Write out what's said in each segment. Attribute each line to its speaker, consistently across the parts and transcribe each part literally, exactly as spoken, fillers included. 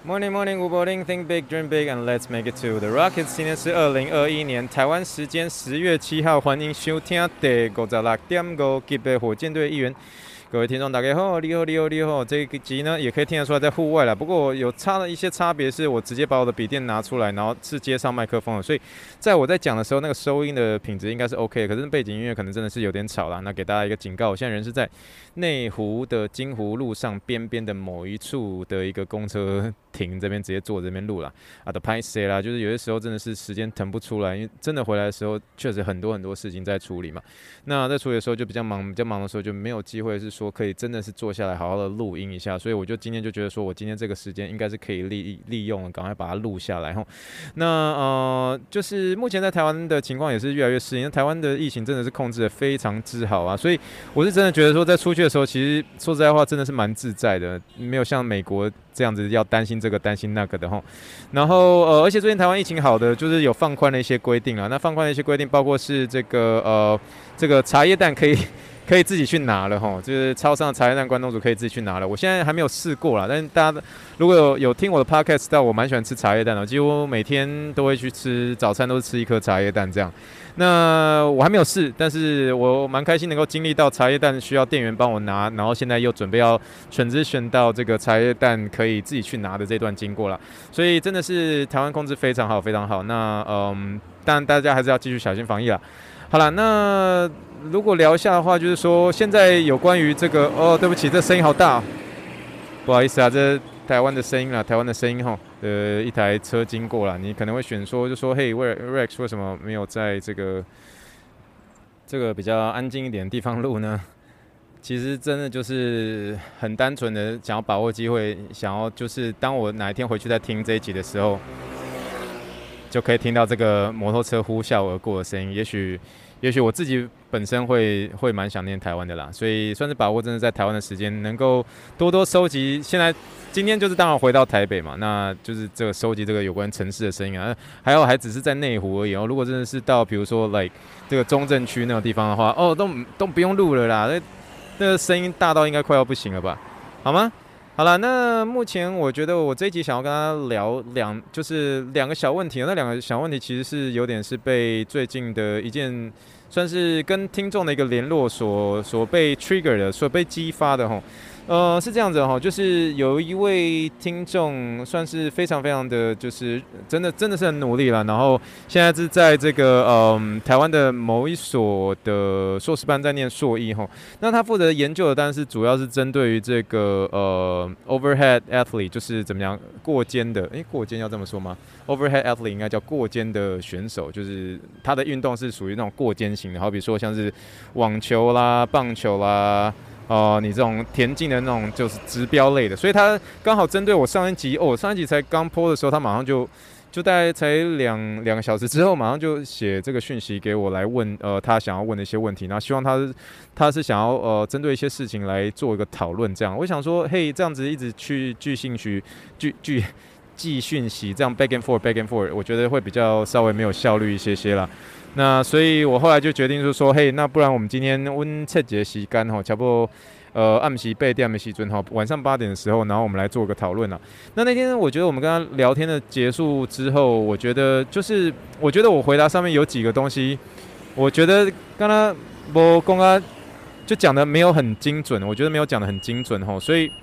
Speaker 1: Morning, morning, good morning. Think big, dream big, and let's make it to the Rockets. 今天是二零二一年台湾时间十月七号，欢迎收听第五十六点五集的火箭队一员。各位听众大家好，你好，你好，你好。这个集呢也可以听得出来在户外啦，不过有差了一些差别，是我直接把我的笔电拿出来，然后是接上麦克风的，所以在我在讲的时候，那个收音的品质应该是 OK 的。可是背景音乐可能真的是有点吵啦。那给大家一个警告，我现在人是在内湖的金湖路上边边的某一处的一个公车亭这边，直接坐这边录啦。啊，的拍摄啦，就是有些时候真的是时间腾不出来，因为真的回来的时候确实很多很多事情在处理嘛。那在处理的时候就比较忙，比较忙的时候就没有机会是说可以真的是坐下来好好的录音一下，所以我就今天就觉得说我今天这个时间应该是可以利利用，赶快把它录下来吼。那呃，就是目前在台湾的情况也是越来越适应，台湾的疫情真的是控制的非常之好啊，所以我是真的觉得说在出去的时候，其实说实在话真的是蛮自在的，没有像美国这样子要担心这个担心那个的吼。然后呃，而且最近台湾疫情好的，就是有放宽了一些规定啊。那放宽的一些规定包括是这个呃，这个茶叶蛋可以。可以自己去拿了哈，就是超商的茶叶蛋关东煮可以自己去拿了。我现在还没有试过啦，但是大家如果有有听我的 podcast 知道我蛮喜欢吃茶叶蛋的，几乎每天都会去吃早餐，都是吃一颗茶叶蛋这样。那我还没有试，但是我蛮开心能够经历到茶叶蛋需要店员帮我拿，然后现在又准备要transition到这个茶叶蛋可以自己去拿的这段经过了，所以真的是台湾控制非常好，非常好。那嗯，当然大家还是要继续小心防疫啦。好了，那如果聊一下的话，就是说现在有关于这个哦，对不起，这声音好大、哦，不好意思啊，这台湾的声音啦，台湾的声音哈，呃，一台车经过了，你可能会选说，就说嘿 ，Rex 为什么没有在这个这个比较安静一点的地方录呢？其实真的就是很单纯的想要把握机会，想要就是当我哪一天回去再听这一集的时候。就可以听到这个摩托车呼啸而过的声音，也许，也许我自己本身会会蛮想念台湾的啦，所以算是把握真的在台湾的时间，能够多多收集。现在今天就是当然回到台北嘛，那就是这个收集这个有关城市的声音啊，还有还只是在内湖而已哦。如果真的是到比如说 like 这个中正区那种地方的话，哦，都都不用录了啦，那那个声音大到应该快要不行了吧？好吗？好了，那目前我觉得我这一集想要跟他聊两，就是两个小问题。那两个小问题其实是有点是被最近的一件，算是跟听众的一个联络所所被 trigger 的，所被激发的吼。呃，是这样子哈，就是有一位听众算是非常非常的，就是真的真的是很努力了，然后现在是在这个嗯台湾的某一所的硕士班在念硕一哈，那他负责研究的，但是主要是针对于这个呃 overhead athlete， 就是怎么样过肩的，诶，过肩要这么说吗 ？overhead athlete 应该叫过肩的选手，就是他的运动是属于那种过肩型的，好比说像是网球啦、棒球啦。哦、呃，你这种田径的那种就是指标类的，所以他刚好针对我上一集哦，上一集才刚 po 的时候，他马上就就大概才两两个小时之后，马上就写这个讯息给我来问，呃，他想要问的一些问题，然后希望他他是想要呃针对一些事情来做一个讨论，这样，我想说，嘿，这样子一直去寄信息，寄寄寄讯息，这样 back and forth back and forth， 我觉得会比较稍微没有效率一些些啦。那所以我后来就决定就说，嘿，那不然我们今天温测节时间吼，差不多呃暗时八点的时阵吼，晚上八点的时候，然后我们来做个讨论啦。那那天我觉得我们跟他聊天的结束之后，我觉得就是我觉得我回答上面有几个东西，我觉得刚刚我刚刚就讲的没有很精准，我觉得没有讲的很精准吼，所以。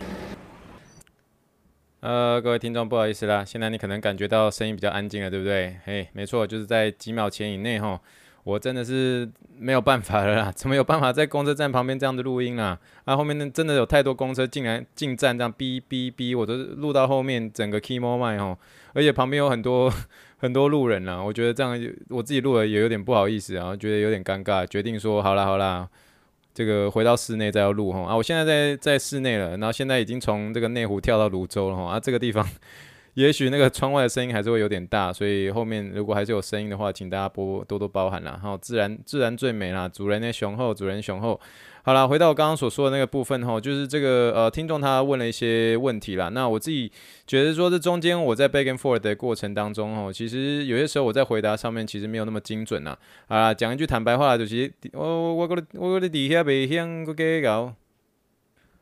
Speaker 1: 呃，各位听众，不好意思啦，现在你可能感觉到声音比较安静了，对不对？嘿，没错，就是在几秒前以内哈，我真的是没有办法了啦，怎么有办法在公车站旁边这样子录音啦？啊，后面真的有太多公车进来进站这样哔哔哔，我都录到后面整个 key more 麦哈，而且旁边有很多很多路人啦，我觉得这样我自己录了也有点不好意思啊，觉得有点尴尬，决定说好啦好啦。这个回到室内再要录哈啊，我现在在在室内了，然后现在已经从这个内湖跳到泸州了哈啊，这个地方也许那个窗外的声音还是会有点大，所以后面如果还是有声音的话，请大家多多多包涵啦。哈，自然自然最美啦，主人的雄厚，主人雄厚。好啦，回到我刚刚所说的那个部分哈，就是这个呃听众他问了一些问题啦。那我自己觉得说，这中间我在 back and forth 的过程当中哈，其实有些时候我在回答上面其实没有那么精准啦。好啦，讲一句坦白话，就是我我我我我底下袂晓个搞。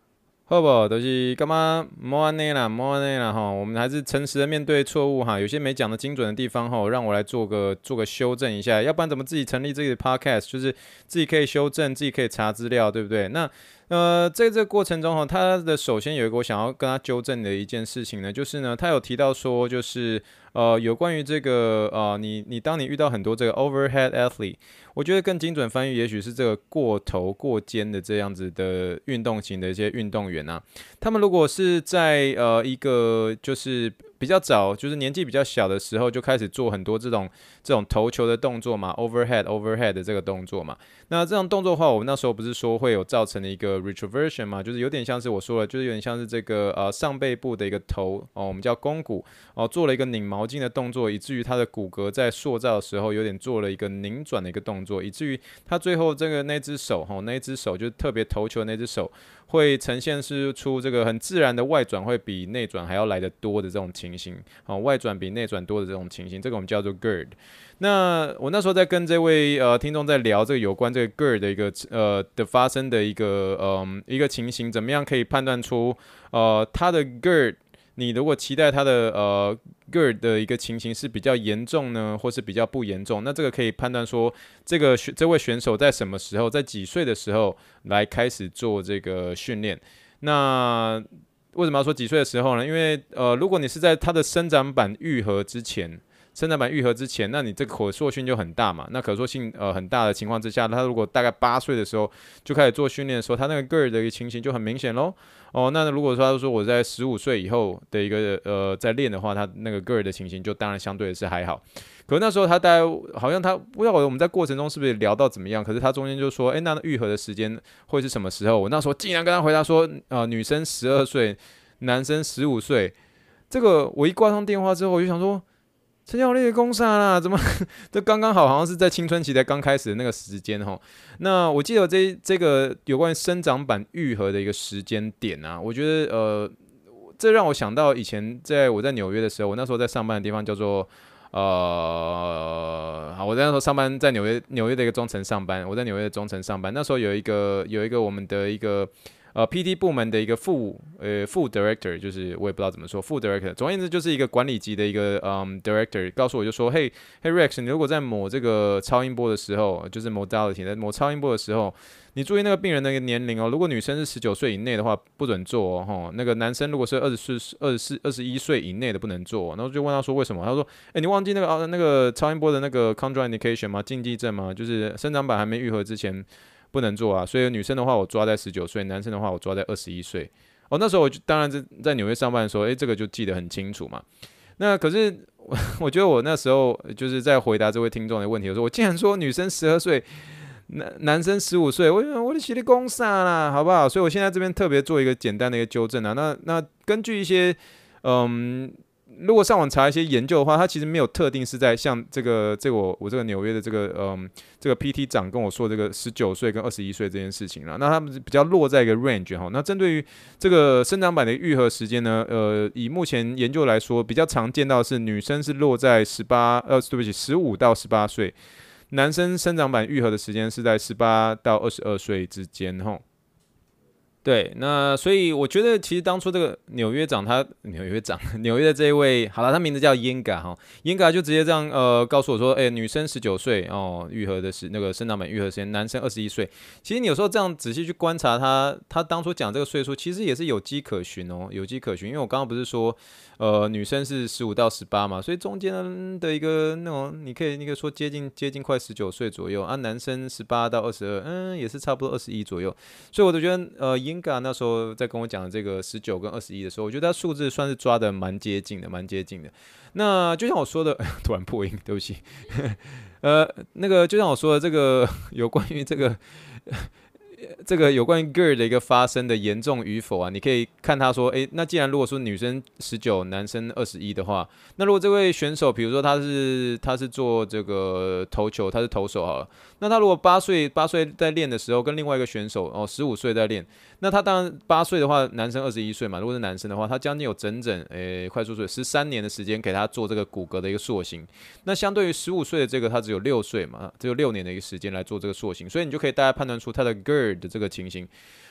Speaker 1: 好不？就是干嘛莫安内啦，莫安内啦哈，我们还是诚实的面对错误哈，有些没讲的精准的地方哈，让我来做个做个修正一下，要不然怎么自己成立这个 podcast， 就是自己可以修正，自己可以查资料，对不对？那呃，在这个过程中哈，他的首先有一个我想要跟他纠正的一件事情呢，就是呢，他有提到说，就是呃，有关于这个呃，你你当你遇到很多这个 overhead athlete，我觉得更精准翻译也许是这个过头过肩的这样子的运动型的一些运动员啊，他们如果是在呃一个就是比较早，就是年纪比较小的时候就开始做很多这种这种投球的动作嘛，overhead overhead 的这个动作嘛。那这种动作的话，我们那时候不是说会有造成的一个 retroversion 嘛，就是有点像是我说了，就是有点像是这个呃上背部的一个头哦，我们叫肱骨哦，做了一个拧毛巾的动作，以至于它的骨骼在塑造的时候有点做了一个拧转的一个动作，以至于它最后这个那只手哈，那只手就是特别投球的那只手。会呈现是出这个很自然的外转，会比内转还要来得多的这种情形，好、哦，外转比内转多的这种情形，这个我们叫做 G E R D。那我那时候在跟这位呃听众在聊这个有关这个 G E R D 的一个呃的发生的一个嗯、呃、一个情形，怎么样可以判断出呃他的 G E R D， 你如果期待他的呃 G E R D 的一个情形是比较严重呢，或是比较不严重？那这个可以判断说，这个这位选手在什么时候，在几岁的时候来开始做这个训练？那为什么要说几岁的时候呢？因为呃，如果你是在他的生长板愈合之前。生长板愈合之前，那你这个可塑性就很大嘛。那可塑性呃很大的情况之下，他如果大概八岁的时候就开始做训练的时候，他那个 G E R D 的一个情形就很明显咯。哦，那如果说他说我在十五岁以后的一个呃在练的话，他那个 G E R D 的情形就当然相对的是还好。可是那时候他大概好像他不知道我们在过程中是不是聊到怎么样，可是他中间就说，哎、欸，那愈合的时间会是什么时候？我那时候竟然跟他回答说，呃，女生十二岁，男生十五岁。这个我一挂上电话之后，我就想说。陈教练攻杀啦，怎么这刚刚好，好像是在青春期才刚开始的那个时间哈。那我记得这这个有关于生长板愈合的一个时间点啊，我觉得呃，这让我想到以前在我在纽约的时候，我那时候在上班的地方叫做呃，好，我在那时候上班在纽约纽约的一个中层上班，我在纽约的中层上班，那时候有一个有一个我们的一个。呃 ，P T 部门的一个副呃副 director， 就是我也不知道怎么说，副 director， 总而言之就是一个管理级的一个嗯 director， 告诉我就说，嘿，嘿 Rex， 你如果在抹这个超音波的时候，就是 modality 在抹超音波的时候，你注意那个病人的一个年龄哦，如果女生是十九岁以内的话，不准做哦，吼，那个男生如果是二十四、二十四、二十一岁以内的不能做、哦，然后就问他说为什么？他说，哎、欸，你忘记那个啊那个超音波的那个 contraindication 吗？禁忌症吗？就是生长板还没愈合之前。不能做啊，所以女生的话我抓在十九岁，男生的话我抓在二十一岁。哦，那时候我就当然在纽约上班的时候，诶、欸，这个就记得很清楚嘛。那可是我我觉得我那时候就是在回答这位听众的问题的时候，我竟然说女生十二岁，男男生十五岁，我我的起立攻杀啦，好不好？所以我现在这边特别做一个简单的一个纠正啊。那那根据一些嗯。如果上网查一些研究的话，它其实没有特定是在像这个这个我我这个纽约的这个嗯这个 P T 长跟我说这个十九岁跟二十一岁这件事情啦，那他们比较落在一个 range 哈。那针对于这个生长板的愈合时间呢，呃，以目前研究来说，比较常见到的是女生是落在十八呃对不起十五到十八岁，男生生长板愈合的时间是在十八到二十二岁之间哈。对，那所以我觉得，其实当初这个纽约长他纽约长纽约的这一位，好了，他名字叫 Yenga 哈，Yenga 就直接这样呃告诉我说，哎、欸，女生十九岁哦，愈合的是那个生长板愈合时间，男生二十一岁。其实你有时候这样仔细去观察他，他当初讲这个岁数，其实也是有迹可循哦，有迹可循。因为我刚刚不是说，呃，女生是十五到十八嘛，所以中间的一个那种，你可以你可以说接近接近快十九岁左右啊，男生十八到二十二，嗯，也是差不多二十一左右。所以我就觉得，呃。Yenga 那时候在跟我讲这个十九跟二十一的时候，我觉得他数字算是抓的蛮接近的，蛮接近的。那就像我说的，突然破音，对不起。呃，那个就像我说的，这个有关于这个。这个有关于 G E R D 的一个发生的严重与否啊，你可以看他说，诶，那既然如果说女生十九，男生二十一的话，那如果这位选手，比如说他是他是做这个投球，他是投手好了，那他如果八岁八岁在练的时候，跟另外一个选手哦十五岁在练，那他当然八岁的话，男生二十一岁嘛，如果是男生的话，他将近有整整诶快速说十三年的时间给他做这个骨骼的一个塑形，那相对于十五岁的这个，他只有六岁嘛，只有六年的一个时间来做这个塑形，所以你就可以大概判断出他的 G E R D 的这个情形，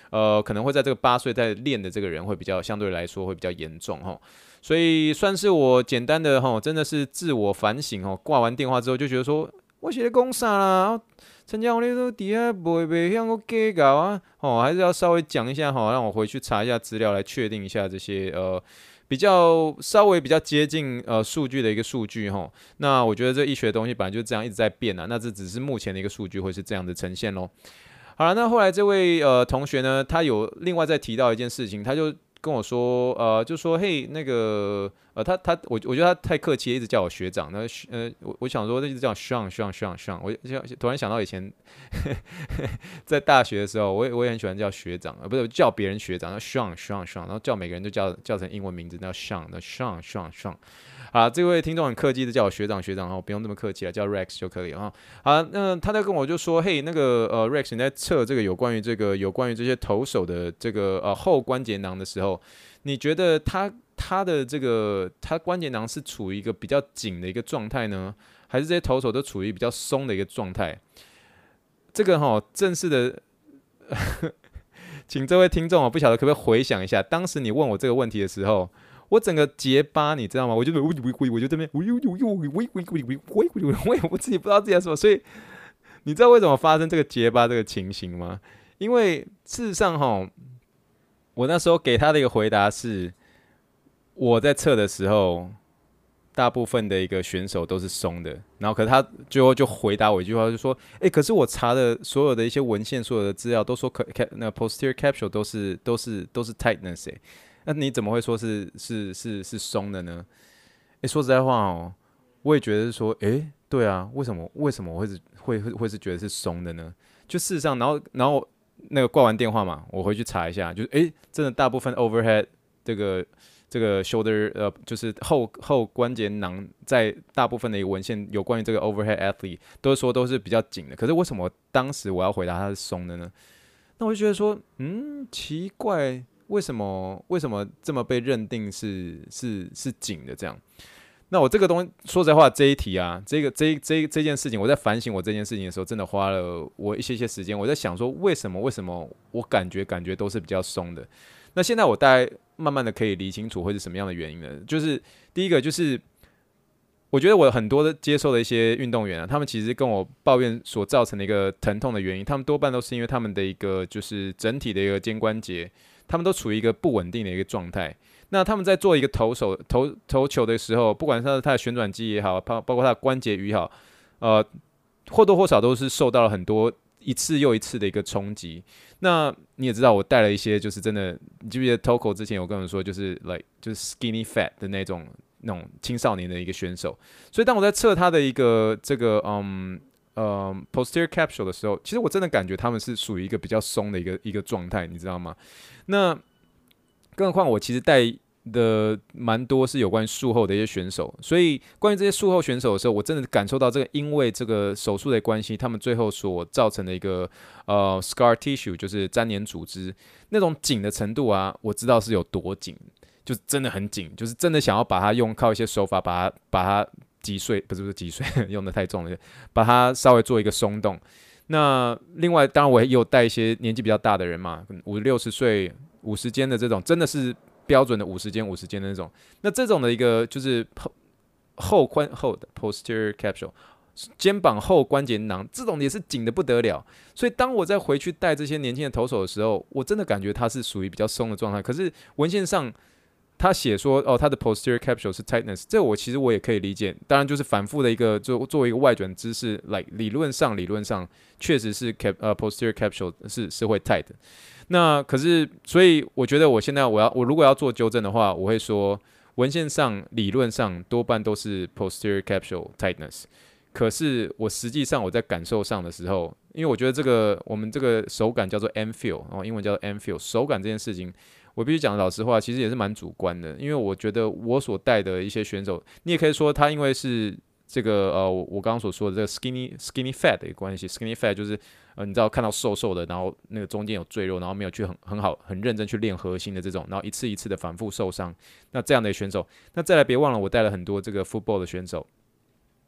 Speaker 1: 呃，可能会在这个八岁在练的这个人会比较相对来说会比较严重哈。所以算是我简单的哈，真的是自我反省哦。挂完电话之后就觉得说，我写的讲啥啦？陈家宏你说底下不会像我假搞啊，哦，还是要稍微讲一下哈，让我回去查一下资料来确定一下这些呃比较稍微比较接近呃数据的一个数据哈。那我觉得这医学的东西本来就这样一直在变啊，那这只是目前的一个数据会是这样的呈现咯。好了，那后来这位呃同学呢，他有另外再提到一件事情，他就跟我说，呃，就说嘿，那个，呃，他他我我觉得他太客气，一直叫我学长。那呃，我我想说，一直叫 Sean Sean Sean Sean，我突然想到以前在大学的时候，我也我也很喜欢叫学长，呃，不是叫别人学长，那 Sean Sean Sean，然后叫每个人都叫叫成英文名字，那 Sean，那 Sean Sean Sean。好，这位听众很客气的叫我学长学长，不用这么客气了，叫 Rex 就可以了哈。好，那他在跟我就说，嘿，那个呃 Rex 你在测这个有关于这个有关于这些投手的这个呃后关节囊的时候，你觉得他他的这个他关节囊是处于一个比较紧的一个状态呢，还是这些投手都处于比较松的一个状态？这个哈正式的。请这位听众哦，不晓得可不可以回想一下，当时你问我这个问题的时候，我整个结巴，你知道吗？我就我我我就这边，我我我我我我我自己不知道自己在说，所以你知道为什么发生这个结巴这个情形吗？因为事实上哈，我那时候给他的一个回答是，我在测的时候，大部分的一个选手都是松的，然后可是他最后就回答我一句话，就说：“哎、欸，可是我查的所有的一些文献、所有的资料都说，那 posterior capsule 都是都是都是 tightness 哎、欸，那你怎么会说是是是是松的呢？”哎、欸，说实在话哦，我也觉得是说，哎、欸，对啊，为什么为什么我会是会会会是觉得是松的呢？就事实上，然后然后那个挂完电话嘛，我回去查一下，就是哎、欸，真的大部分 overhead 这个。这个 shoulder 呃，就是后后关节囊，在大部分的一个文献有关于这个 overhead athlete 都是说都是比较紧的。可是为什么当时我要回答它是松的呢？那我就觉得说，嗯，奇怪，为什么为什么这么被认定是是是紧的这样？那我这个东西说实在话，这一题啊，这个这这这件事情，我在反省我这件事情的时候，真的花了我一些些时间。我在想说，为什么为什么我感觉感觉都是比较松的？那现在我大概慢慢的可以理清楚会是什么样的原因呢？就是第一个就是，我觉得我很多的接受的一些运动员啊，他们其实跟我抱怨所造成的一个疼痛的原因，他们多半都是因为他们的一个就是整体的一个肩关节，他们都处于一个不稳定的一个状态。那他们在做一个投手投投球的时候，不管是他的旋转肌也好，包包括他的关节也好，呃，或多或少都是受到了很多一次又一次的一个冲击。那你也知道，我带了一些，就是真的，你记不记得 Toko 之前有跟我说，就是 like 就是 skinny fat 的那种那种青少年的一个选手。所以当我在测他的一个这个嗯呃 posterior capsule 的时候，其实我真的感觉他们是属于一个比较松的一个一个状态，你知道吗？那更何况我其实带的蛮多是有关于术后的一些选手，所以关于这些术后选手的时候，我真的感受到这个因为这个手术的关系，他们最后所造成的一个呃 scar tissue 就是粘连组织那种紧的程度啊，我知道是有多紧，就是真的很紧，就是真的想要把它用靠一些手法把它把它击碎，不是不是击碎，用的太重了，把它稍微做一个松动。那另外，当然我也有带一些年纪比较大的人嘛，五六十岁、五十肩的这种，真的是标准的五十肩、五十肩的那种。那这种的一个就是后后髋后的 posterior capsule 肩膀后关节囊，这种也是紧的不得了。所以当我再回去带这些年轻的投手的时候，我真的感觉它是属于比较松的状态。可是文献上他写说，哦，他的 posterior capsule 是 tightness， 这我其实我也可以理解。当然就是反复的一个，就作为一个外转姿势，来、like, 理论上理论上确实是 cap 呃 posterior capsule 是是会 tight 的。那可是，所以我觉得我现在我要我如果要做纠正的话，我会说文献上理论上多半都是 posterior capsule tightness。可是我实际上我在感受上的时候，因为我觉得这个我们这个手感叫做 M feel， 哦，英文叫做 M feel， 手感这件事情。我必须讲老实话，其实也是蛮主观的，因为我觉得我所带的一些选手，你也可以说他因为是这个呃，我刚刚所说的这个 skinny skinny fat 的一个关系 ，skinny fat 就是呃，你知道看到瘦瘦的，然后那个中间有赘肉，然后没有去很很好很认真去练核心的这种，然后一次一次的反复受伤，那这样的选手，那再来别忘了我带了很多这个 football 的选手。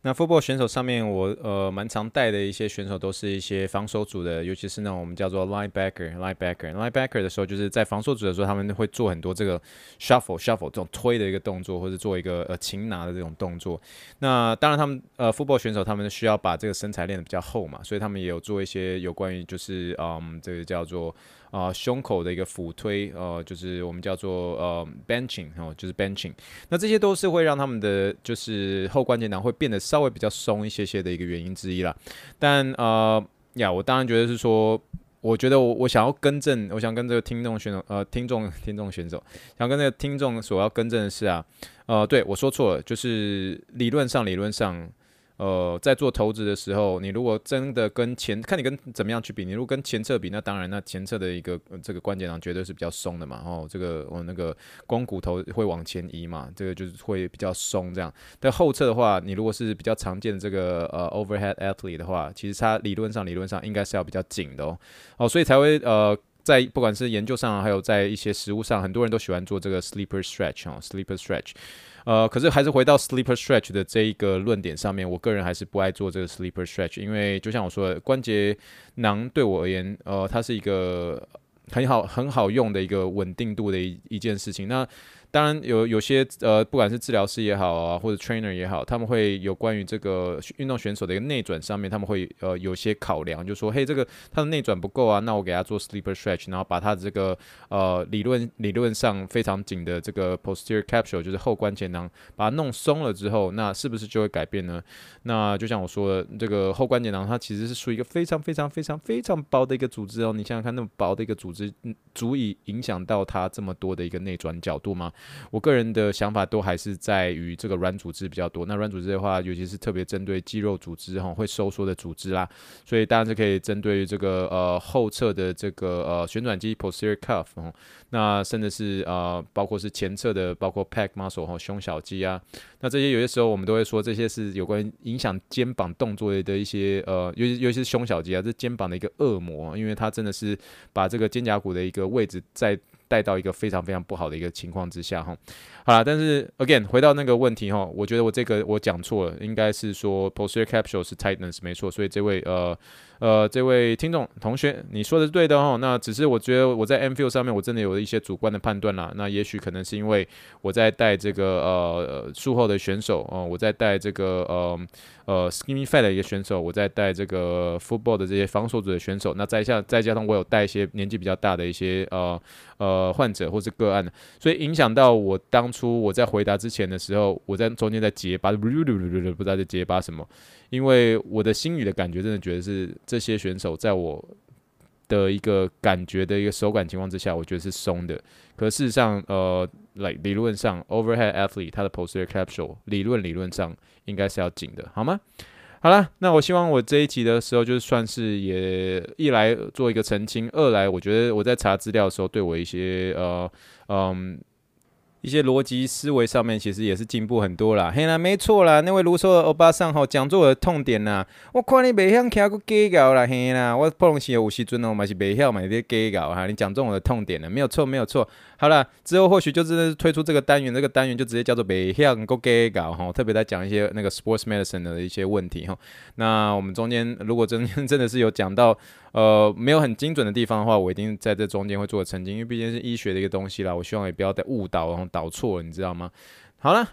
Speaker 1: 那 football 选手上面我，呃蛮常带的一些选手都是一些防守组的，尤其是那种我们叫做 linebacker linebacker linebacker 的时候，就是在防守组的时候，他们会做很多这个 shuffle shuffle 这种推的一个动作，或者做一个呃擒拿的这种动作。那当然他们呃 football 选手他们需要把这个身材练得比较厚嘛，所以他们也有做一些有关于就是嗯这个叫做啊、呃、胸口的一个俯推，呃就是我们叫做呃 benching 哦，就是 benching。那这些都是会让他们的就是后关节囊会变得稍微比较松一些些的一个原因之一啦。但呃呀，我当然觉得是说，我觉得我我想要更正，我想跟这个听众选手呃听众听众选手，想跟这个听众所要更正的是啊，呃对我说错了，就是理论上理论上。呃，在做投资的时候，你如果真的跟前看你跟怎么样去比，你如果跟前侧比，那当然那前侧的一个、呃、这个关节囊绝对是比较松的嘛，哦，这个我、哦、那个肱骨头会往前移嘛，这个就是会比较松这样。但后侧的话，你如果是比较常见的这个呃 overhead athlete 的话，其实它理论上理论上应该是要比较紧的哦，哦，所以才会呃。在不管是研究上，还有在一些实物上，很多人都喜欢做这个 sleeper stretch 哦 ，sleeper stretch。呃，可是还是回到 sleeper stretch 的这一个论点上面，我个人还是不爱做这个 sleeper stretch，因为就像我说的，关节囊对我而言，呃，它是一个很好很好用的一个稳定度的一一件事情。那当然有有些呃，不管是治疗师也好啊，或者 trainer 也好，他们会有关于这个运动选手的一个内转上面，他们会呃有些考量，就说，嘿，这个他的内转不够啊，那我给他做 sleeper stretch， 然后把他的这个呃理论理论上非常紧的这个 posterior capsule， 就是后关节囊，把它弄松了之后，那是不是就会改变呢？那就像我说的，这个后关节囊它其实是属于一个非常非常非常非常薄的一个组织哦，你想想看，那么薄的一个组织，足以影响到它这么多的一个内转角度吗？我个人的想法都还是在于这个软组织比较多。那软组织的话，尤其是特别针对肌肉组织哈，会收缩的组织啦，所以当然是可以针对于这个呃后侧的这个呃旋转肌 posterior cuff 哦，那甚至是呃包括是前侧的，包括 pec muscle 哈胸小肌啊，那这些有些时候我们都会说这些是有关影响肩膀动作的一些呃，尤其尤其是胸小肌啊，这肩膀的一个恶魔，因为它真的是把这个肩胛骨的一个位置在带到一个非常非常不好的一个情况之下哈。好啦，但是 again 回到那个问题哈，我觉得我这个我讲错了，应该是说 posterior capsule 是 tightness 没错，所以这位呃呃这位听众同学你说的是对的哈。那只是我觉得我在 M field 上面我真的有一些主观的判断啦，那也许可能是因为我在带这个呃术后的选手哦、呃，我在带这个呃呃 skinny fat 的一个选手，我在带这个 football 的这些防守组的选手，那再加再加上我有带一些年纪比较大的一些呃呃患者或是个案，所以影响到我当初我在回答之前的时候，我在中间在结巴，不知道在结巴什么，因为我的心里的感觉真的觉得是这些选手在我的一个感觉的一个手感情况之下，我觉得是松的。可事实上，呃，来、like, 理论上 overhead athlete 它的 posterior capsule 理论理论上应该是要紧的，好吗？好啦，那我希望我这一集的时候，就算是也一来做一个澄清，二来我觉得我在查资料的时候，对我一些呃嗯。一些逻辑思维上面其实也是进步很多啦，嘿啦，没错啦，那位卢梭的欧巴桑吼讲座的痛点啦，我看你袂晓听个假搞啦，嘿啦，我不能是有时阵哦嘛是袂晓嘛你在假搞哈，你讲中我的痛点了，没有错没有错。好啦，之后或许就真的是推出这个单元，这个单元就直接叫做袂晓个假搞哈，特别在讲一些那个 sports medicine 的一些问题哈。那我们中间如果真真的是有讲到呃没有很精准的地方的话，我一定在这中间会做澄清，因为毕竟是医学的一个东西啦，我希望也不要再误导然后导错了，你知道吗？好了，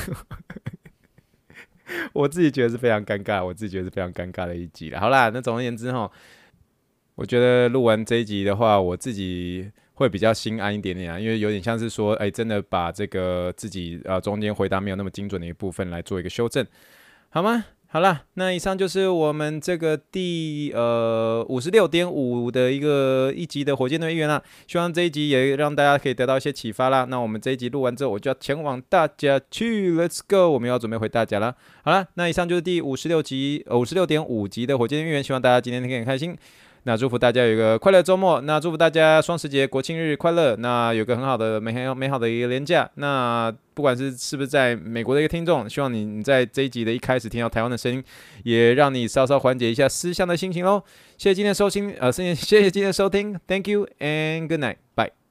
Speaker 1: 我自己觉得是非常尴尬，我自己觉得是非常尴尬的一集了。好啦，那总而言之哈，我觉得录完这一集的话，我自己会比较心安一点点啊，因为有点像是说，哎、欸，真的把这个自己呃中间回答没有那么精准的一部分来做一个修正，好吗？好啦，那以上就是我们这个第呃五十六点五的一个一集的火箭队一员啦。希望这一集也让大家可以得到一些启发啦。那我们这一集录完之后，我就要前往大家去 ，Let's go！ 我们要准备回大家啦。好啦，那以上就是第五十六集五十六点五集的火箭队一员。希望大家今天可以很开心。那祝福大家有一个快乐周末，那祝福大家双十节、国庆日快乐，那有个很好的美美好的一个连假。那不管是是不是在美国的一个听众，希望你你在这一集的一开始听到台湾的声音，也让你稍稍缓解一下思乡的心情咯。谢谢今天的收听，呃，谢谢今天的收听 ，Thank you and good night，bye。